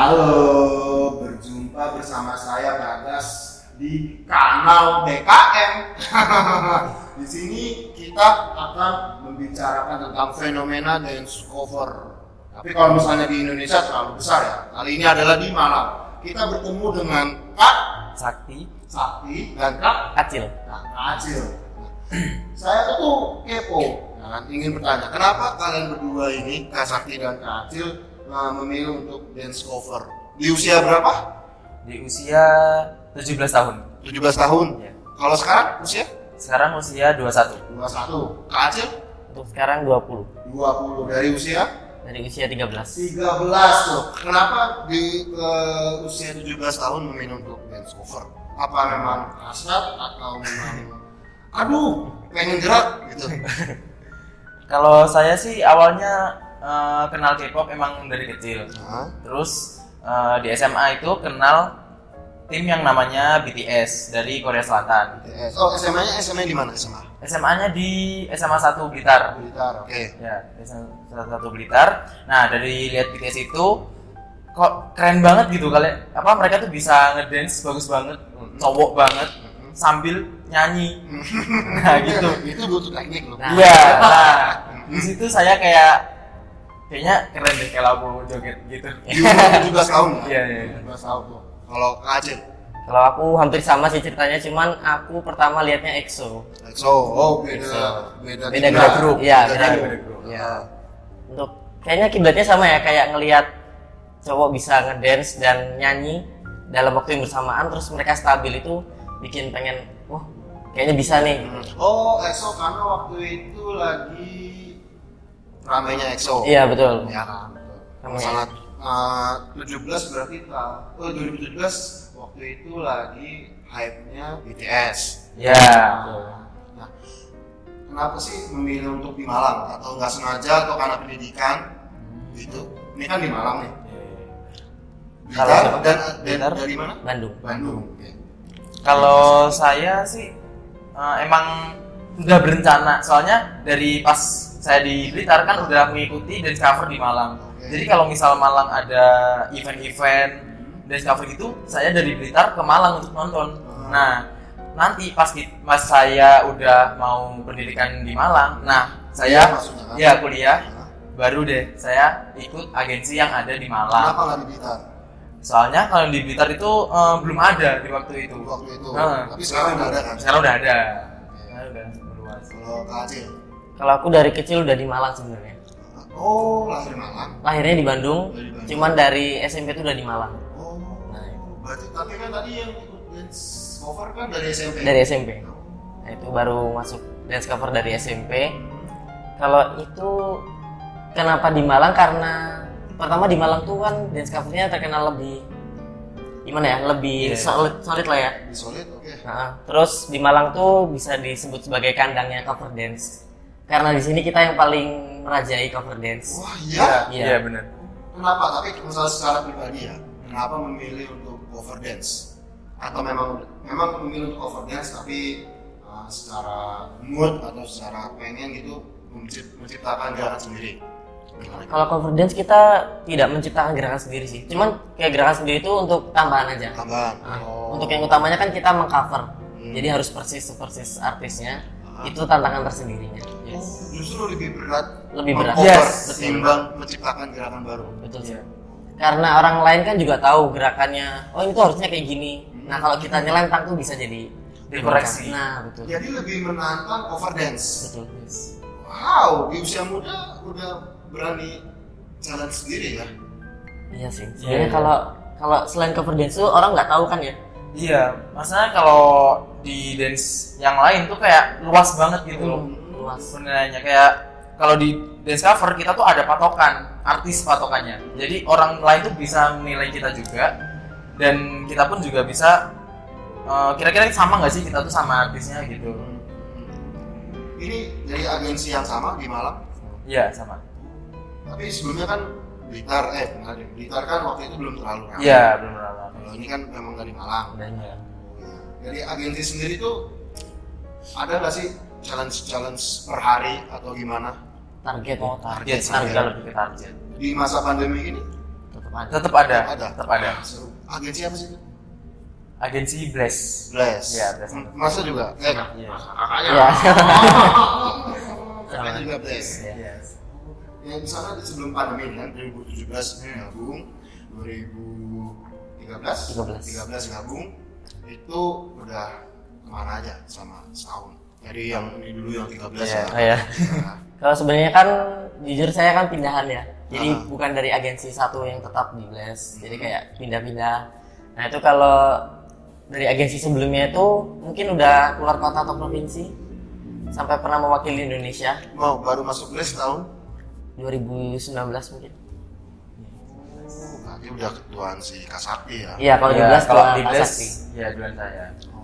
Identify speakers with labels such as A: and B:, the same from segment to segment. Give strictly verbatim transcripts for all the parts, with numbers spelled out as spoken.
A: Halo, berjumpa bersama saya Bagas di kanal B K M. Di sini kita akan membicarakan tentang fenomena dance cover. Tapi kalau misalnya di Indonesia terlalu besar ya. Kali ini adalah di Malang. Kita bertemu dengan Kak
B: Sakti,
A: Sakti dan Kak
B: Acil.
A: Nah, Kak Acil. Saya tuh kepo, nah, ingin bertanya, kenapa kalian berdua ini, Kak Sakti dan Kak Acil, nah, memilih untuk dance cover? Di usia berapa?
B: Di usia tujuh belas tahun.
A: tujuh belas tahun?
B: Ya.
A: Kalau sekarang usia?
B: Sekarang usia dua puluh satu.
A: dua puluh satu. Kak Acil?
C: Untuk sekarang dua puluh.
A: dua puluh. Dari usia?
C: Dari usia tiga belas.
A: tiga belas tuh. Kenapa di uh, usia tujuh belas tahun memilih untuk dance cover? Apa memang hasrat atau memang aduh, pengen gerak gitu?
B: Kalau saya sih awalnya uh, kenal K-pop emang dari kecil.
A: Hah?
B: Terus uh, di S M A itu kenal tim yang namanya B T S dari Korea Selatan.
A: Oh, S M A-nya S M A di mana S M A?
B: S M A-nya di S M A satu Blitar.
A: Blitar, oke. Okay.
B: Ya, S M A satu Blitar. Nah, dari lihat B T S itu kok keren banget gitu kali. Apa mereka tuh bisa ngedance bagus banget, cowok banget sambil nyanyi. Nah, gitu.
A: Itu butuh teknik loh.
B: Iya. Nah, di situ saya kayak kayaknya keren deh kalau aku joget gitu.
A: Di umur tujuh belas tahun ya?
B: Iya, iya.
A: tujuh belas tahun tuh. Kalau Kak Acil?
C: Kalau aku hampir sama sih ceritanya, cuman aku pertama lihatnya E X O.
A: E X O, oh beda,
C: EXO.
A: beda,
C: Beda
A: juga.
C: grup. Iya, beda
A: grup.
C: grup. Iya. Untuk kayaknya kiblatnya sama ya, kayak ngelihat cowok bisa ngedance dan nyanyi dalam waktu yang bersamaan, terus mereka stabil itu bikin pengen, wah kayaknya bisa nih.
A: Oh, E X O karena waktu itu lagi ramainya E X O.
C: Iya betul.
A: Ya kan.
C: Ramainya.
A: Sangat uh, tujuh belas berarti ta- oh dua ribu tujuh belas waktu itu lagi hype-nya B T S.
B: Ya.
A: Nah, kenapa sih memilih untuk di Malang? Atau nggak sengaja atau karena pendidikan? Gitu. Ini kan di Malang nih.
B: Kalau
A: Blitar
B: siapa?
A: dan, dan
B: Blitar?
A: dari mana?
C: Bandung.
A: Bandung. Oke.
B: Kalau saya sih uh, emang udah berencana, soalnya dari pas saya di Blitar kan udah mengikuti dance cover di Malang.
A: Oke.
B: Jadi kalau misal Malang ada event-event dance cover gitu, saya dari Blitar ke Malang untuk nonton.
A: Hmm.
B: Nah, nanti pas di- pas saya udah mau pendidikan di Malang, nah
A: Kuliah
B: saya
A: maksudnya kan?
B: ya kuliah,
A: Nah,
B: baru deh saya ikut agensi yang ada di
A: kenapa
B: Malang.
A: nggak di Blitar?
B: Soalnya kalau di Blitar itu uh, belum ada di waktu itu.
A: Waktu itu.
B: Nah.
A: Tapi sekarang udah ada kan?
B: Sekarang udah ada. Sekarang udah meluas.
A: Kalau Kak Acil?
C: Kalau aku dari kecil udah di Malang sebenarnya.
A: Oh, lahir di Malang.
C: Lahirnya di Bandung,
A: Dari Bandung.
C: cuman dari S M P itu udah di Malang.
A: Oh,
C: Nah,
A: berarti tapi kan tadi yang ikut dance cover kan dari S M P.
C: dari S M P. Nah, itu baru masuk dance cover dari S M P. Kalau itu kenapa di Malang? Karena pertama di Malang tuh kan dance covernya terkenal lebih gimana ya, lebih
B: Yeah.
C: solid, solid lah ya.
A: Di Solid, oke.
C: Nah, terus di Malang tuh bisa disebut sebagai kandangnya cover dance. Karena di sini kita yang paling merajai cover dance.
A: Wah, iya.
C: Iya.
B: Iya benar.
A: Kenapa? Tapi misalnya secara pribadi ya, kenapa memilih untuk cover dance? Atau memang memang memilih untuk cover dance tapi uh, secara mood atau secara pengen gitu mencipt- menciptakan gerakan sendiri? Gimana?
C: Kalau cover dance kita tidak menciptakan gerakan sendiri sih. Cuman kayak gerakan sendiri itu untuk tambahan aja.
A: Tambahan.
C: Nah,
A: Oh.
C: Untuk yang utamanya kan kita mengcover.
A: Hmm.
C: Jadi harus persis persis artisnya.
A: Ah.
C: Itu tantangan tersendirinya.
A: Oh, justru lebih berat
C: Lebih berat.
A: mengcover
B: Yes.
A: ketimbang menciptakan gerakan baru.
C: Betul sih.
B: Iya.
C: Karena orang lain kan juga tahu gerakannya. Oh, itu harusnya kayak gini. Nah, kalau kita nyelentang tuh bisa jadi
B: Dikoreksi.
C: Nah, betul.
A: Jadi lebih menantang cover dance.
C: Betul.
A: Wow, di usia muda udah berani jalan sendiri ya?
C: Iya sih.
B: Iya,
C: Sebenarnya
B: iya.
C: kalau kalau selain cover dance tuh orang nggak tahu kan ya.
B: Iya, maksudnya kalau di dance yang lain tuh kayak luas banget gitu loh.
C: Luas.
B: Sebenarnya kayak kalau di dance cover kita tuh ada patokan, artis patokannya. Jadi orang lain tuh bisa menilai kita juga, dan kita pun juga bisa uh, kira-kira sama nggak sih kita tuh sama artisnya gitu.
A: Ini dari agensi yang sama di Malang,
B: Iya sama.
A: tapi sebelumnya kan Blitar, eh enggak deh, Blitar kan waktu itu belum terlalu ramai.
B: Iya belum lama.
A: Kalau ini kan memang dari Malang.
C: Adanya.
A: Dari agensi sendiri tuh ada nggak sih challenge-challenge per hari atau gimana?
C: Target.
B: Oh
C: ya.
B: target sih,
C: Target.
B: kita lebih ke target.
A: Di masa pandemi ini?
C: Tetap ada.
B: Tetap ada.
A: Ada.
B: Tetap ada.
A: Seru. Agensi apa sih itu?
B: Agensi Bless.
A: Bless.
B: Iya, Bless.
A: M- Masa juga? Eh,
B: Iya.
A: kakaknya.
C: Iya.
A: Kakaknya juga Bless.
B: Iya.
A: Yang di sana sebelum pandemi kan dua ribu tujuh belas
B: Hmm.
A: gabung, dua ribu tiga belas
C: tiga belas.
A: tiga belas gabung, itu udah kemana aja selama setahun. Jadi yang ini dulu yang tiga belas
B: Iya.
A: ya.
C: Oh ya.
A: Nah,
C: Kalau sebenarnya kan jujur saya kan pindahan ya. Jadi
A: Ah.
C: bukan dari agensi satu yang tetap di Bless. Jadi kayak pindah-pindah. Nah, itu kalau dari agensi sebelumnya itu mungkin udah keluar kota atau provinsi sampai pernah mewakili Indonesia
A: mau baru masuk Bless tahun?
C: dua ribu sembilan belas mungkin.
A: Oh, berarti udah ketuaan si Kasakti ya.
C: Iya, kalau di
B: Iya,
C: Bless
B: kalau
C: keluar
B: di Bless,
C: Kasakti.
B: ya duluan saya.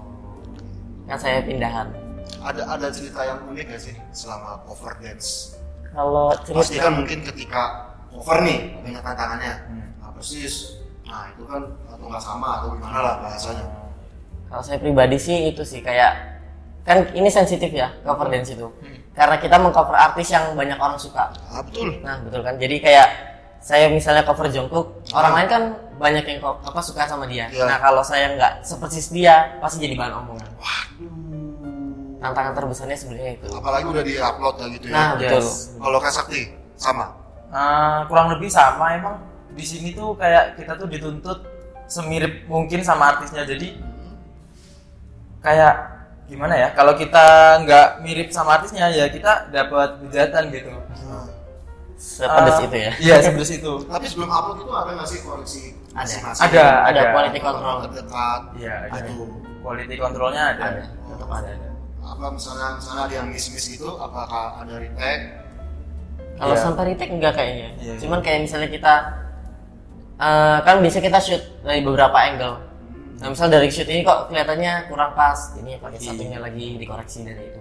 C: Kan saya pindahan.
A: Ada ada cerita yang unik gak sih selama cover dance?
C: Kalau
A: Pasti
C: cerita
A: kan mungkin ketika cover nih banyak tantangannya.
B: Hmm.
A: Nah, persis. Nah, itu kan atau nggak sama atau gimana lah bahasanya.
C: kalau saya pribadi sih itu sih kayak kan ini sensitif ya cover dance itu.
B: Hmm.
C: Karena kita mengcover artis yang banyak orang suka.
A: Ah, betul.
C: Nah, betul kan? Jadi kayak saya misalnya cover Jungkook,
A: Ah.
C: orang lain kan banyak yang ko- apa suka sama dia.
A: Iya.
C: Nah, kalau saya nggak sepersis dia, pasti jadi bahan omongan.
A: Waduh.
C: Tantangan terbesarnya sebenarnya itu.
A: Apalagi udah di-upload lah gitu ya.
C: Nah,
B: Yes.
C: betul.
A: Kalau Kasakti sama.
B: Eh, kurang lebih sama emang di sini tuh kayak kita tuh dituntut semirip mungkin sama artisnya, jadi kayak gimana ya, kalau kita nggak mirip sama artisnya ya kita dapat hujatan gitu.
A: Nah,
C: Sepedes
B: Eh,
C: itu ya.
B: Iya, sepedes itu.
A: tapi sebelum upload itu ada nggak sih koreksi
C: Ada.
A: masing-masing?
B: Ada,
C: Ada
B: ada.
C: quality control.
A: Terdekat.
B: Iya, ada.
A: Aduh.
B: Quality controlnya ada.
C: Ada, tetap ada.
B: ada.
A: Apa misalnya misalnya ada yang miss-miss itu, apakah ada retake?
C: Kalau
B: Iya.
C: sampai retake enggak kayaknya.
B: Iya, iya.
C: Cuman kayak misalnya kita eh, kan bisa kita shoot dari beberapa angle. Nah, misal dari shoot ini kok kelihatannya kurang pas, ini pakai
B: Iya.
C: satunya lagi dikoreksi dari itu.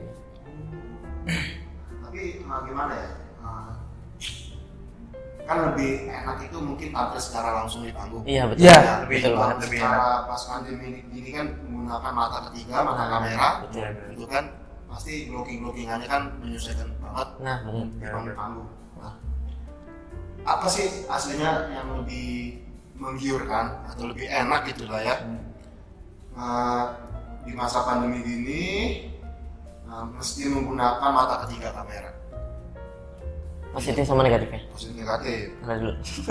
A: Tapi nah, gimana ya? Nah, kan lebih enak itu mungkin tampil secara langsung di panggung.
C: Iya, betul.
B: Iya,
C: Betul
B: lebih-
C: banget.
B: lebih- lebih
A: secara pas pandemi ini kan menggunakan mata ketiga, mata kamera,
C: Betul.
A: itu kan pasti blocking-blockingannya kan menyesuaikan banget
C: Nah, betul.
A: di panggung panggung. Nah, apa sih aslinya yang lebih menggiurkan atau lebih enak gitu lah ya? Nah, di masa pandemi gini nah, mesti menggunakan mata ketiga kamera,
C: Positif sama negatifnya.
A: positif negatif.
C: Mana dulu?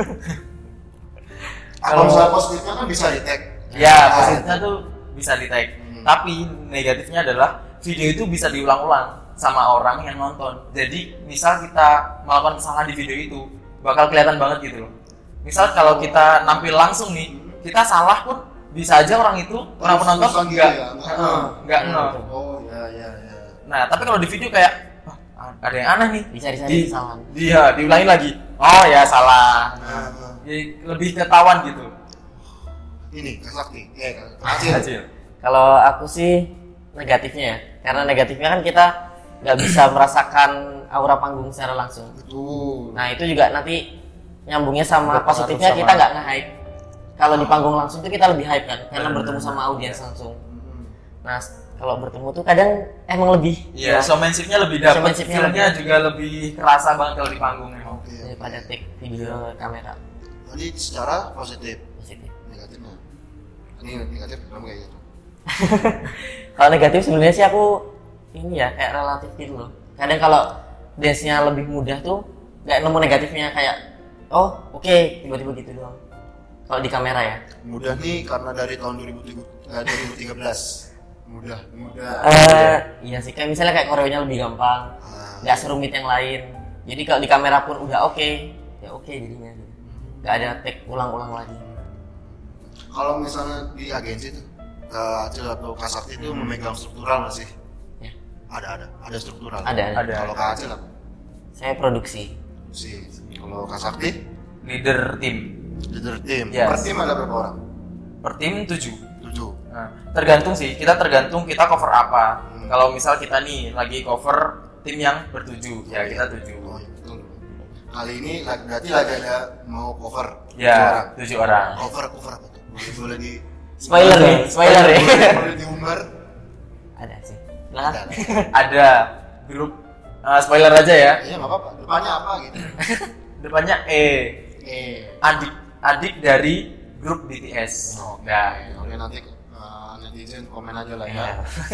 A: Kalau misalnya positifnya kan bisa di tag.
B: Ya,
A: Nah,
B: positifnya tuh bisa di tag.
A: Hmm.
B: Tapi negatifnya adalah video itu bisa diulang-ulang sama orang yang nonton. Jadi, misal kita melakukan kesalahan di video itu, bakal kelihatan banget gitu loh. Misal kalau kita nampil langsung nih, kita salah pun bisa aja orang itu, orang penonton
A: Terus-terusan gitu
B: enggak
A: ya, enggak
B: heeh,
A: ngeh.
B: enggak
C: Hmm.
B: ngeh.
A: Oh ya ya ya.
B: Nah, tapi kalau di video kayak "Wah, ada yang aneh nih."
C: Bisa dicari
B: Di,
C: kesalahan.
B: dia diulangin lagi. Oh ya salah.
A: Nah,
B: Jadi lebih ketahuan gitu.
A: ini Kasakti, eh Acil.
B: Kecil.
C: Kalau aku sih negatifnya ya, karena negatifnya kan kita nggak bisa merasakan aura panggung secara langsung.
A: Betul.
C: Nah, itu juga nanti nyambungnya sama
B: Berpengaruh
C: positifnya
B: sama-
C: kita nggak nge-hype. Kalau di panggung langsung tuh kita lebih hype kan, karena
B: Benar.
C: bertemu sama audiens langsung.
A: Hmm.
C: Nah, kalau bertemu tuh kadang emang lebih
B: Iya,
C: ya,
B: showmanship-nya lebih dapat,
C: Showmanship-nya
B: filmnya
C: lebih.
B: juga lebih kerasa banget kalau di panggung memang.
A: Oke.
C: daripada take video kamera
A: Tadi secara positif,
C: positif.
A: negatifnya. Ini negatif kamu kayak gitu.
C: Kalau negatif sebenarnya sih aku ini ya kayak relatif gitu loh. Kadang kalau dance-nya lebih mudah tuh nggak nemu negatifnya kayak oh oke tiba-tiba gitu doang. Kalau di kamera ya.
A: Mudah nih karena dari tahun dua ribu tiga belas. Mudah, mudah.
C: Eh iya sih kayak misalnya kayak koreonya lebih gampang,
A: Ah.
C: nggak serumit yang lain. Jadi kalau di kamera pun udah oke, ya oke jadinya. Nggak ada take ulang-ulang lagi.
A: Kalau misalnya di agensi tuh, Kak Acil atau Kak Sakti itu memegang struktural nggak sih?
C: Ya.
A: Ada, ada, ada struktural.
C: Ada, ada.
B: Ada.
A: Kalau Kak Acil apa?
C: Saya produksi.
A: Si. Kalau Kak Sakti,
B: Leader tim.
A: leader tim.
B: Yes.
A: Per tim ada berapa orang?
B: Per tim tujuh.
A: Tujuh.
B: Nah, tergantung sih, kita tergantung kita cover apa.
A: Hmm.
B: Kalau misal kita nih lagi cover tim yang bertujuh, ya kita tujuh.
A: Oh, iya, betul. Kali ini lagi- berarti lagi ada mau cover tujuh
B: Ya,
A: orang.
B: tujuh orang.
A: Cover, cover apa tuh? Boleh, boleh di
C: Spoiler nih, spoiler ya.
A: boleh, boleh diumbar.
C: Ada sih. Silakan.
A: Ada.
B: Ada grup eh, spoiler aja ya.
A: Iya nggak apa-apa. Depannya apa gitu?
B: Depannya E,
A: Eh,
B: Adik. adik dari grup B T S.
A: Oh,
B: Nah,
A: oke nanti uh, netizen komen aja lah ya.
C: Iya.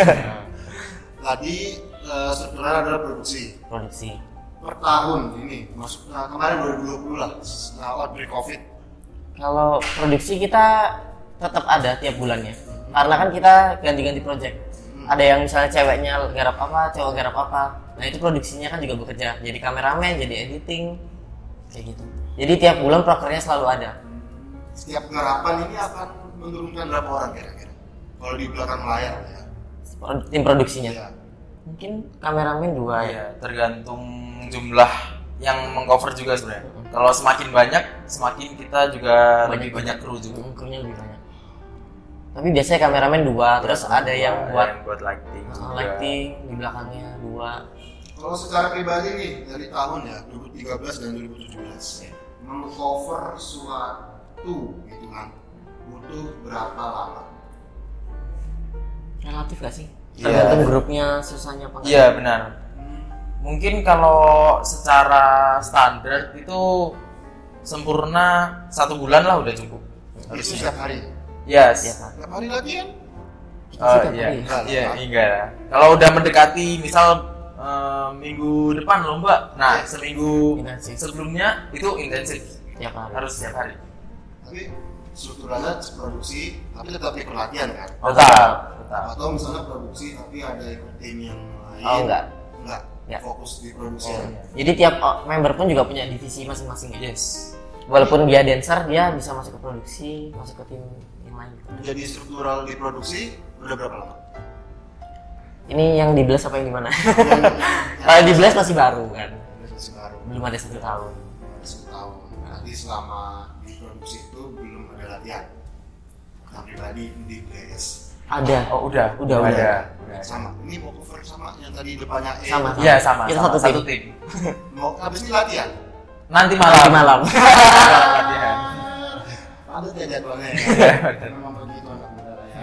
A: Tadi uh, strukturnya adalah produksi
C: Produksi.
A: per tahun ini, masuk uh, kemarin dua ribu dua puluh lah, uh, outbreak COVID.
C: Kalau produksi kita tetap ada tiap bulannya. Karena kan kita ganti-ganti project. Ada yang misalnya ceweknya garap apa, cowok garap apa. Nah itu produksinya kan juga bekerja. Jadi kameramen, jadi editing, kayak gitu. Jadi tiap bulan prokernya selalu ada.
A: Setiap garapan ini akan menurunkan berapa orang kira-kira? Kalau di belakang layar ya.
C: Tim produksinya.
A: Iya.
C: Mungkin kameramen dua ya.
B: ya tergantung jumlah yang mengcover juga sebenarnya. Kalau semakin banyak, semakin kita juga
C: Banyak
B: lebih banyak kru juga.
C: Krunya lebih banyak. Tapi biasanya kameramen dua, terus ada yang
B: Ada
C: buat
B: yang buat lighting.
C: uh,
B: juga.
C: lighting di belakangnya dua.
A: Kalau secara pribadi nih dari tahun ya dua ribu tiga belas dan dua ribu tujuh belas
C: Ya.
A: mengcover suatu gitu kan butuh berapa lama?
C: Relatif gak sih?
B: Iya.
C: Tergantung grupnya susahnya apa enggak.
B: Iya benar. Mungkin kalau secara standar itu sempurna satu bulan lah udah cukup.
A: Itu
B: Harusnya.
A: setiap hari.
B: Yes.
C: Iya kan?
A: Setiap hari lagi kan?
B: Oh
C: Setiap
B: iya,
C: hari.
B: iya, enggak. Kalau udah mendekati misal eh, minggu depan lomba, nah seminggu
C: Intensif.
B: sebelumnya itu intensif,
C: Tiap hari.
B: harus setiap hari.
A: Tapi strukturalnya produksi tapi tetap ikut latihan kan?
B: Tetap, tetap.
A: Atau misalnya produksi tapi ada ikut tim yang lain?
C: Oh enggak.
A: Enggak.
C: Enggak.
A: Fokus di produksi.
B: Oh,
A: aja.
B: iya.
C: Jadi tiap uh, member pun juga punya divisi masing-masing ya.
B: Yes.
C: Walaupun dia dancer, dia bisa masuk ke produksi, masuk ke tim yang lain.
A: Jadi struktural di produksi udah berapa lama?
C: Ini yang di Blast apa yang di mana?
A: Yang- yang-
C: Kalau di Blast masih baru kan.
A: masih baru.
C: Belum ada satu tahun.
A: Satu tahun. Berarti selama di produksi itu belum ada latihan. Nah, pribadi di B S
C: Ada.
B: Oh udah,
C: Udah, udah.
B: ada. Udah.
A: sama. Ini mau cover sama yang tadi depannya E.
C: Sama.
B: Iya sama,
C: Kita
B: sama,
C: satu
B: satu
C: tim.
B: tim.
A: Mau habis ini latihan.
B: Nanti malam.
C: Nanti malam.
B: Latihan.
A: Padat ya jadwalnya ya.
B: Padat.
A: Memang begitu anak muda lah ya.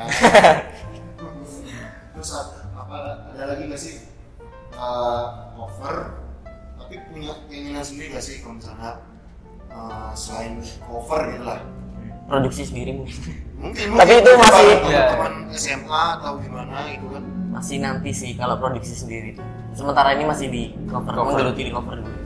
A: Terus apa ada lagi nggak sih uh, cover tapi punya keinginan sendiri nggak sih kalau misalnya uh, selain cover gitu lah.
C: Produksi sendiri mungkin.
A: Mungkin
C: Tapi
A: mungkin
C: itu masih-
A: teman-teman S M A atau gimana gitu kan.
C: Masih nanti sih kalau produksi sendiri itu. Sementara ini masih di cover,
B: Cover.
C: menggeluti di cover dulu.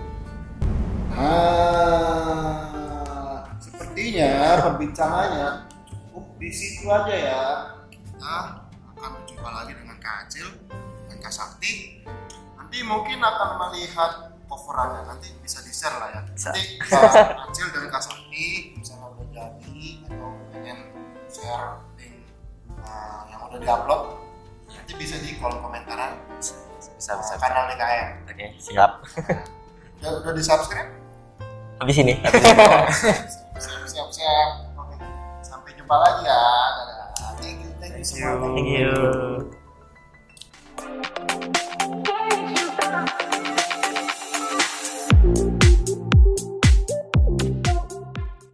A: Ah, sepertinya perbincangannya cukup di situ aja ya. Kita akan berjumpa lagi dengan Kak Acil dan Kak Sakti. Nanti mungkin akan melihat coverannya. Nanti bisa di share lah ya.
C: Bisa.
A: Nanti Kak Acil dan Kak Sakti misalnya udah jadi atau pengen share link uh, yang udah diupload, nanti bisa di kolom komentaran
B: Bisa, bisa.
A: uh, kanal D K M.
C: Oke, siap.
A: Udah, udah di subscribe?
C: Habis ini.
A: siap siap siap. Oke, sampai jumpa lagi ya. Dadah. Thank you, thank you
B: Thank
A: semua.
B: you.
C: Thank you.